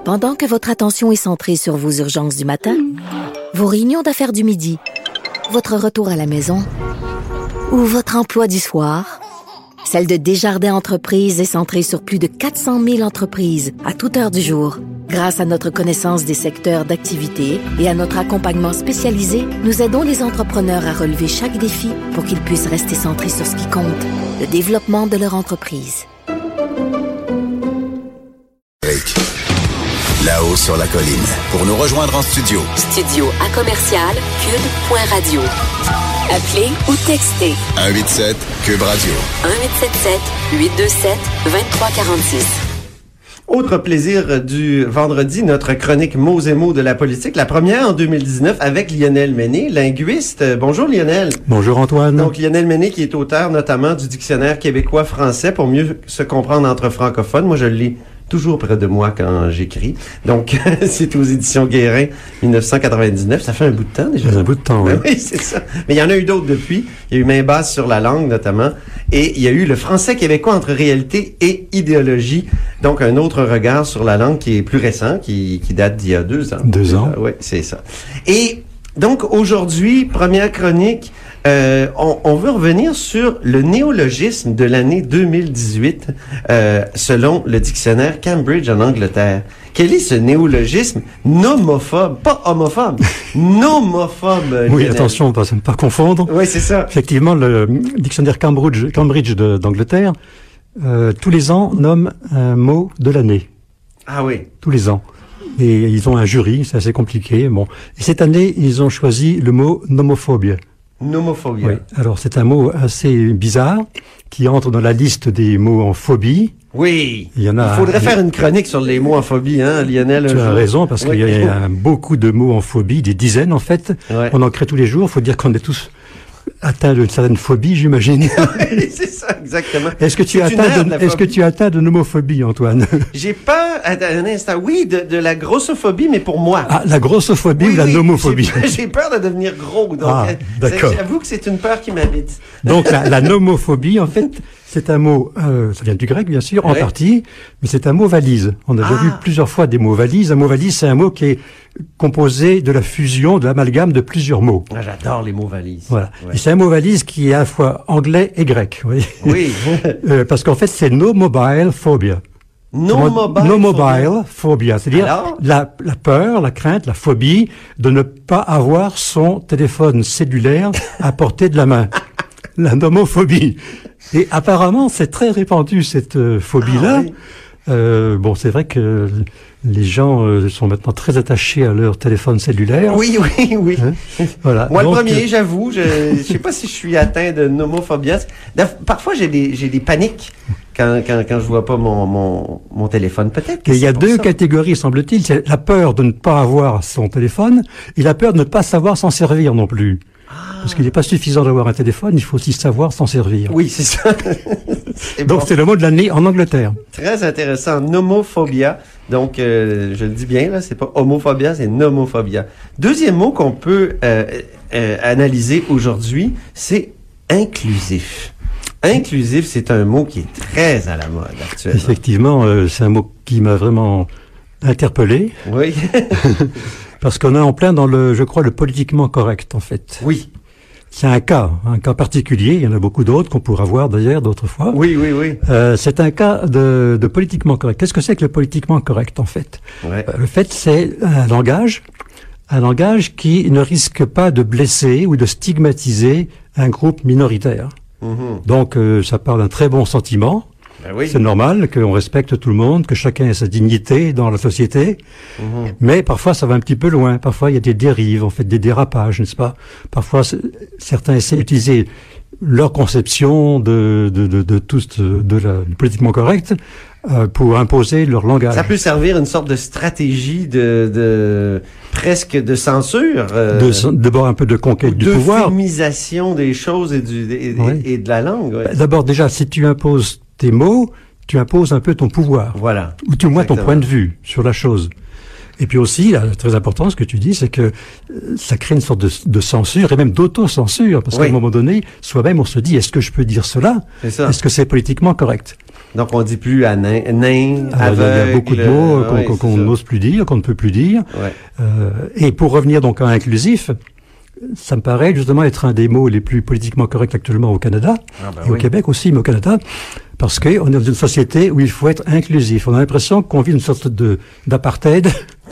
Pendant que votre attention est centrée sur vos urgences du matin, vos réunions d'affaires du midi, votre retour à la maison ou votre emploi du soir, celle de Desjardins Entreprises est centrée sur plus de 400 000 entreprises à toute heure du jour. Grâce à notre connaissance des secteurs d'activité et à notre accompagnement spécialisé, nous aidons les entrepreneurs à relever chaque défi pour qu'ils puissent rester centrés sur ce qui compte, le développement de leur entreprise. Là-haut sur la colline. Pour nous rejoindre en studio. Studio à commercial cube.radio. Appelez ou textez. 187 Cube Radio. 1877-827-2346. Autre plaisir du vendredi, notre chronique mots et mots de la politique. La première en 2019 avec Lionel Mené, linguiste. Bonjour Lionel. Bonjour Antoine. Donc Lionel Mené qui est auteur notamment du dictionnaire québécois-français pour mieux se comprendre entre francophones. Moi je le lis toujours près de moi quand j'écris. Donc, c'est aux éditions Guérin, 1999. Ça fait un bout de temps déjà. Ça fait un bout de temps, oui. Oui, c'est ça. Mais il y en a eu d'autres depuis. Il y a eu Main basse sur la langue, notamment. Et il y a eu le français québécois entre réalité et idéologie. Donc, un autre regard sur la langue qui est plus récent, qui date d'il y a 2 ans. 2 ans. Oui, c'est ça. Et donc, aujourd'hui, première chronique, on veut revenir sur le néologisme de l'année 2018, selon le dictionnaire Cambridge en Angleterre. Quel est ce néologisme nomophobe, pas homophobe, nomophobe? Oui, attention, on ne pas confondre. Oui, c'est ça. Effectivement, le dictionnaire Cambridge d'Angleterre, tous les ans, nomme un mot de l'année. Ah oui. Tous les ans. Et ils ont un jury, c'est assez compliqué. Bon. Et cette année, ils ont choisi le mot nomophobie. Nomophobie. Oui. Alors, c'est un mot assez bizarre qui entre dans la liste des mots en phobie. Oui. Il faudrait faire une chronique sur les mots en phobie, hein, Lionel? Tu as raison, parce qu'il y a beaucoup de mots en phobie, des dizaines en fait. Ouais. On en crée tous les jours. Il faut dire qu'on est tous atteints d'une certaine phobie, j'imagine. Oui, c'est ça, exactement. Est-ce que tu es atteint de nomophobie, Antoine? J'ai peur, un instant, oui, de la grossophobie, mais pour moi. Ah, la grossophobie ou la nomophobie? J'ai peur de devenir gros, donc d'accord. J'avoue que c'est une peur qui m'habite. Donc la nomophobie, en fait, c'est un mot, ça vient du grec bien sûr, en partie, mais c'est un mot valise. On a déjà vu plusieurs fois des mots valises. Un mot valise, c'est un mot qui est composé de la fusion, de l'amalgame de plusieurs mots. Ah, j'adore les mots valises. Voilà. Ouais. Et c'est un mot valise qui est à la fois anglais et grec. Oui. Parce qu'en fait, c'est no mobile phobia. No mobile phobia. C'est-à-dire la peur, la crainte, la phobie de ne pas avoir son téléphone cellulaire à portée de la main. La nomophobie. Et apparemment, c'est très répandu, cette phobie-là. Ah, oui. Bon, c'est vrai que les gens sont maintenant très attachés à leur téléphone cellulaire. Oui. Hein? Voilà. Moi, donc, le premier, j'avoue, je sais pas si je suis atteint de nomophobie. Parfois, j'ai des paniques quand je vois pas mon téléphone. Peut-être que il y a 2 catégories, semble-t-il. C'est la peur de ne pas avoir son téléphone et la peur de ne pas savoir s'en servir non plus. Parce qu'il n'est pas suffisant d'avoir un téléphone, il faut aussi savoir s'en servir. Oui, c'est ça. Donc, c'est le mot de l'année en Angleterre. Très intéressant. Nomophobia. Donc, je le dis bien, là, c'est pas homophobia, c'est nomophobia. Deuxième mot qu'on peut analyser aujourd'hui, c'est inclusif. Inclusif, c'est un mot qui est très à la mode actuellement. Effectivement, c'est un mot qui m'a vraiment interpellé. Oui. Parce qu'on est en plein dans le politiquement correct, en fait. Oui. C'est un cas particulier. Il y en a beaucoup d'autres qu'on pourra voir d'ailleurs d'autres fois. Oui. C'est un cas de politiquement correct. Qu'est-ce que c'est que le politiquement correct, en fait? Le fait, c'est un langage qui ne risque pas de blesser ou de stigmatiser un groupe minoritaire. Mm-hmm. Donc, ça part d'un très bon sentiment. Oui. C'est normal qu'on respecte tout le monde, que chacun ait sa dignité dans la société. Mm-hmm. Mais parfois, ça va un petit peu loin. Parfois, il y a des dérives, en fait, des dérapages, n'est-ce pas? Parfois, certains essaient d'utiliser leur conception du politiquement correct pour imposer leur langage. Ça peut servir une sorte de stratégie presque de censure. D'abord un peu de conquête du pouvoir. D'euphémisation des choses et de la langue. Ouais. D'abord, déjà, si tu imposes tes mots, tu imposes un peu ton pouvoir. Voilà. Ou du moins ton point de vue sur la chose. Et puis aussi, là, très important, ce que tu dis, c'est que ça crée une sorte de censure et même d'auto-censure. Parce qu'à un moment donné, soi-même, on se dit, est-ce que je peux dire cela? Est-ce que c'est politiquement correct? Donc, on dit plus nain, aveugle. Il y a beaucoup de mots qu'on n'ose plus dire, qu'on ne peut plus dire. Ouais. Et pour revenir donc à inclusif, ça me paraît justement être un des mots les plus politiquement corrects actuellement au Canada, et au Québec aussi, mais au Canada, parce qu'on est dans une société où il faut être inclusif. On a l'impression qu'on vit une sorte d'apartheid.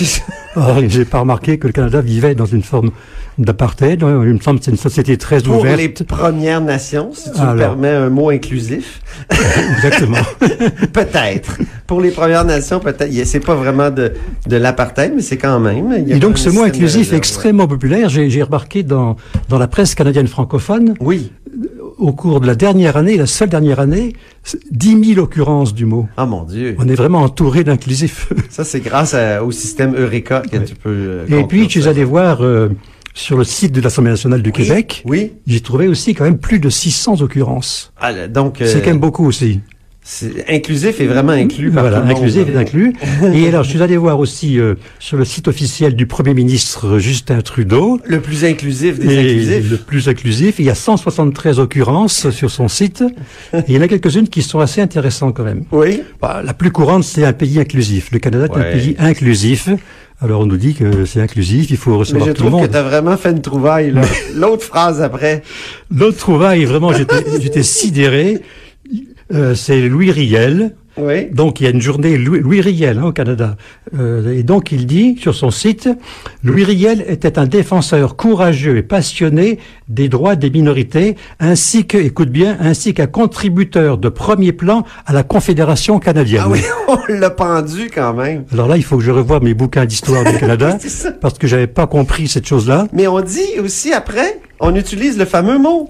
Or, j'ai pas remarqué que le Canada vivait dans une forme d'apartheid. Il me semble que c'est une société très ouverte. Pour les Premières Nations, si tu me permets un mot inclusif. Exactement. Peut-être. Pour les Premières Nations, peut-être. C'est pas vraiment de l'apartheid, mais c'est quand même. Et donc, ce mot inclusif est extrêmement populaire. J'ai remarqué dans la presse canadienne francophone. Oui. Au cours de la dernière année, la seule dernière année, 10 000 occurrences du mot. Ah, mon Dieu. On est vraiment entouré d'inclusifs. Ça, c'est grâce au système Eureka que tu peux... Et puis, tu es allé voir sur le site de l'Assemblée nationale du Québec. Oui. J'ai trouvé aussi quand même plus de 600 occurrences. Ah, donc... c'est quand même beaucoup aussi. Inclusif est vraiment inclus par tout le monde. Inclusif est inclus. Et alors, je suis allé voir aussi sur le site officiel du Premier ministre Justin Trudeau. Le plus inclusif des inclusifs. Le plus inclusif. Il y a 173 occurrences sur son site. Et il y en a quelques-unes qui sont assez intéressantes quand même. Oui. La plus courante, c'est un pays inclusif. Le Canada est un pays inclusif. Alors, on nous dit que c'est inclusif, il faut recevoir tout le monde. Mais je trouve que tu as vraiment fait une trouvaille, là. L'autre phrase après. L'autre trouvaille, vraiment, j'étais sidéré. C'est Louis Riel. Oui. Donc, il y a une journée Louis Riel au Canada. Et donc, il dit sur son site, Louis Riel était un défenseur courageux et passionné des droits des minorités, ainsi qu'un contributeur de premier plan à la Confédération canadienne. Ah oui, on l'a pendu quand même. Alors là, il faut que je revoie mes bouquins d'histoire du Canada, parce que j'avais pas compris cette chose-là. Mais on dit aussi après, on utilise le fameux mot.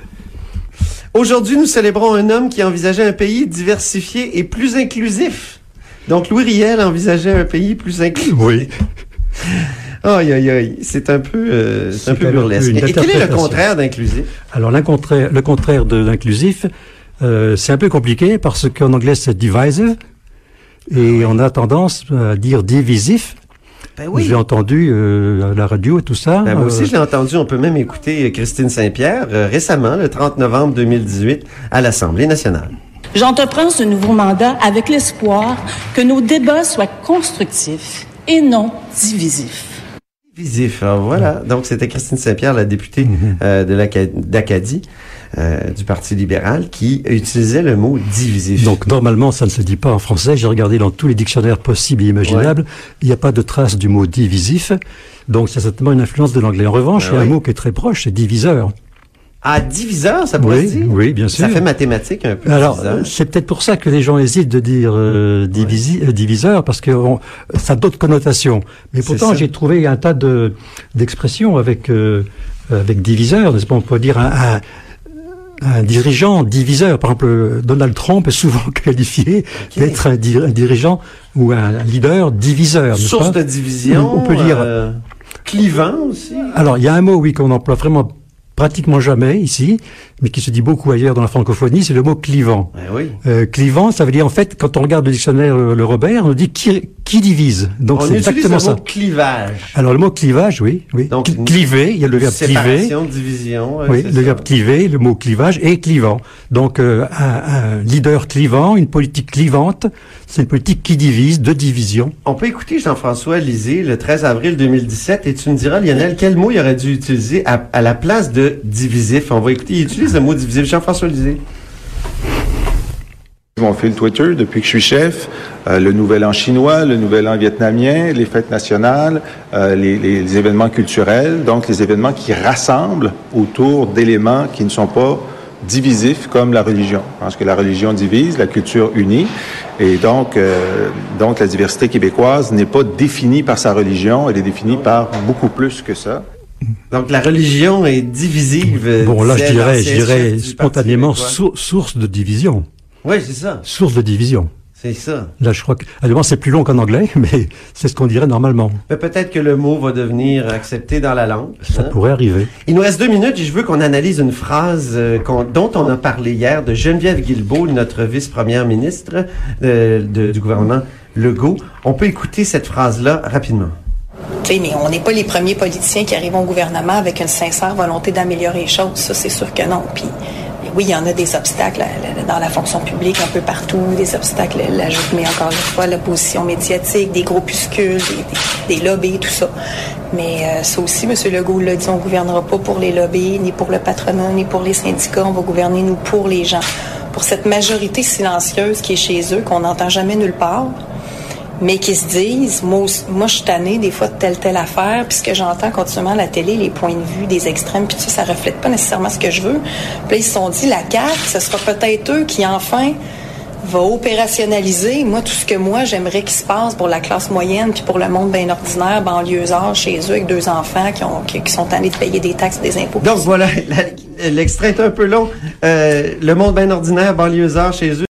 Aujourd'hui, nous célébrons un homme qui envisageait un pays diversifié et plus inclusif. Donc, Louis Riel envisageait un pays plus inclusif. Oui. Aïe, aïe, aïe. C'est un peu burlesque. Et quel est le contraire d'inclusif? Alors, le contraire de l'inclusif, c'est un peu compliqué parce qu'en anglais, c'est divisive. Et on a tendance à dire divisif. Ben oui. J'ai entendu à la radio et tout ça. Ben moi aussi, je l'ai entendu. On peut même écouter Christine Saint-Pierre récemment, le 30 novembre 2018, à l'Assemblée nationale. J'entreprends ce nouveau mandat avec l'espoir que nos débats soient constructifs et non divisifs. Divisif, alors voilà. Donc, c'était Christine Saint-Pierre, la députée d'Acadie. Du Parti libéral qui utilisait le mot divisif. Donc, normalement, ça ne se dit pas en français. J'ai regardé dans tous les dictionnaires possibles et imaginables. Ouais. Il n'y a pas de trace du mot divisif. Donc, c'est certainement une influence de l'anglais. En revanche, il y a un mot qui est très proche, c'est diviseur. Ah, diviseur, ça pourrait se dire? Oui, bien sûr. Ça fait mathématique un peu. Alors, c'est peut-être pour ça que les gens hésitent de dire diviseur, parce que ça a d'autres connotations. Mais pourtant, j'ai trouvé un tas d'expressions avec diviseur, n'est-ce pas? On peut dire un dirigeant diviseur. Par exemple, Donald Trump est souvent qualifié d'être un dirigeant ou un leader diviseur. Source de division. On peut dire clivant aussi. Alors, il y a un mot, oui, qu'on emploie vraiment pratiquement jamais ici, mais qui se dit beaucoup ailleurs dans la francophonie, c'est le mot clivant. Oui. Clivant, ça veut dire en fait, quand on regarde le dictionnaire le Robert, on dit qui divise. Donc c'est exactement ça. On utilise le mot clivage. Alors le mot clivage, oui. Donc, cliver, il y a le verbe cliver. Séparation, division. Oui, le verbe cliver, le mot clivage et clivant. Donc un leader clivant, une politique clivante, c'est une politique qui divise, de division. On peut écouter Jean-François Lisée le 13 avril 2017 et tu me diras, Lionel, quel mot il aurait dû utiliser à la place de divisif. On va écouter, il utilise le mot divisif. Jean-François Lisée. Mon fil Twitter, depuis que je suis chef, le Nouvel An chinois, le Nouvel An vietnamien, les fêtes nationales, les événements culturels, donc les événements qui rassemblent autour d'éléments qui ne sont pas divisifs comme la religion. Parce que la religion divise, la culture unit, et donc la diversité québécoise n'est pas définie par sa religion, elle est définie par beaucoup plus que ça. Donc la religion est divisive. Bon, là, je dirais spontanément source de division. Oui, c'est ça. Source de division. C'est ça. Là, je crois que... Alors, c'est plus long qu'en anglais, mais c'est ce qu'on dirait normalement. Mais peut-être que le mot va devenir accepté dans la langue. Ça pourrait arriver. Il nous reste 2 minutes et je veux qu'on analyse une phrase dont on a parlé hier de Geneviève Guilbeault, notre vice-première ministre du gouvernement Legault. On peut écouter cette phrase-là rapidement. Mais on n'est pas les premiers politiciens qui arrivent au gouvernement avec une sincère volonté d'améliorer les choses. Ça, c'est sûr que non. Puis oui, il y en a des obstacles dans la fonction publique un peu partout, des obstacles, mais encore une fois, l'opposition médiatique, des groupuscules, des lobbies, tout ça. Mais ça aussi, M. Legault l'a dit, on ne gouvernera pas pour les lobbies, ni pour le patronat, ni pour les syndicats. On va gouverner, nous, pour les gens. Pour cette majorité silencieuse qui est chez eux, qu'on n'entend jamais nulle part, mais qui se disent, moi, je suis tannée des fois de telle affaire, puis ce que j'entends continuellement à la télé, les points de vue des extrêmes, puis ça reflète pas nécessairement ce que je veux. Puis là, ils se sont dit, la CAQ, ce sera peut-être eux qui, enfin, va opérationnaliser, moi, tout ce que moi, j'aimerais qu'il se passe pour la classe moyenne, puis pour le monde bien ordinaire, banlieusard, chez eux, avec 2 enfants qui sont tannés de payer des taxes et des impôts. Donc voilà, l'extrait est un peu long. Le monde bien ordinaire, banlieusard, chez eux,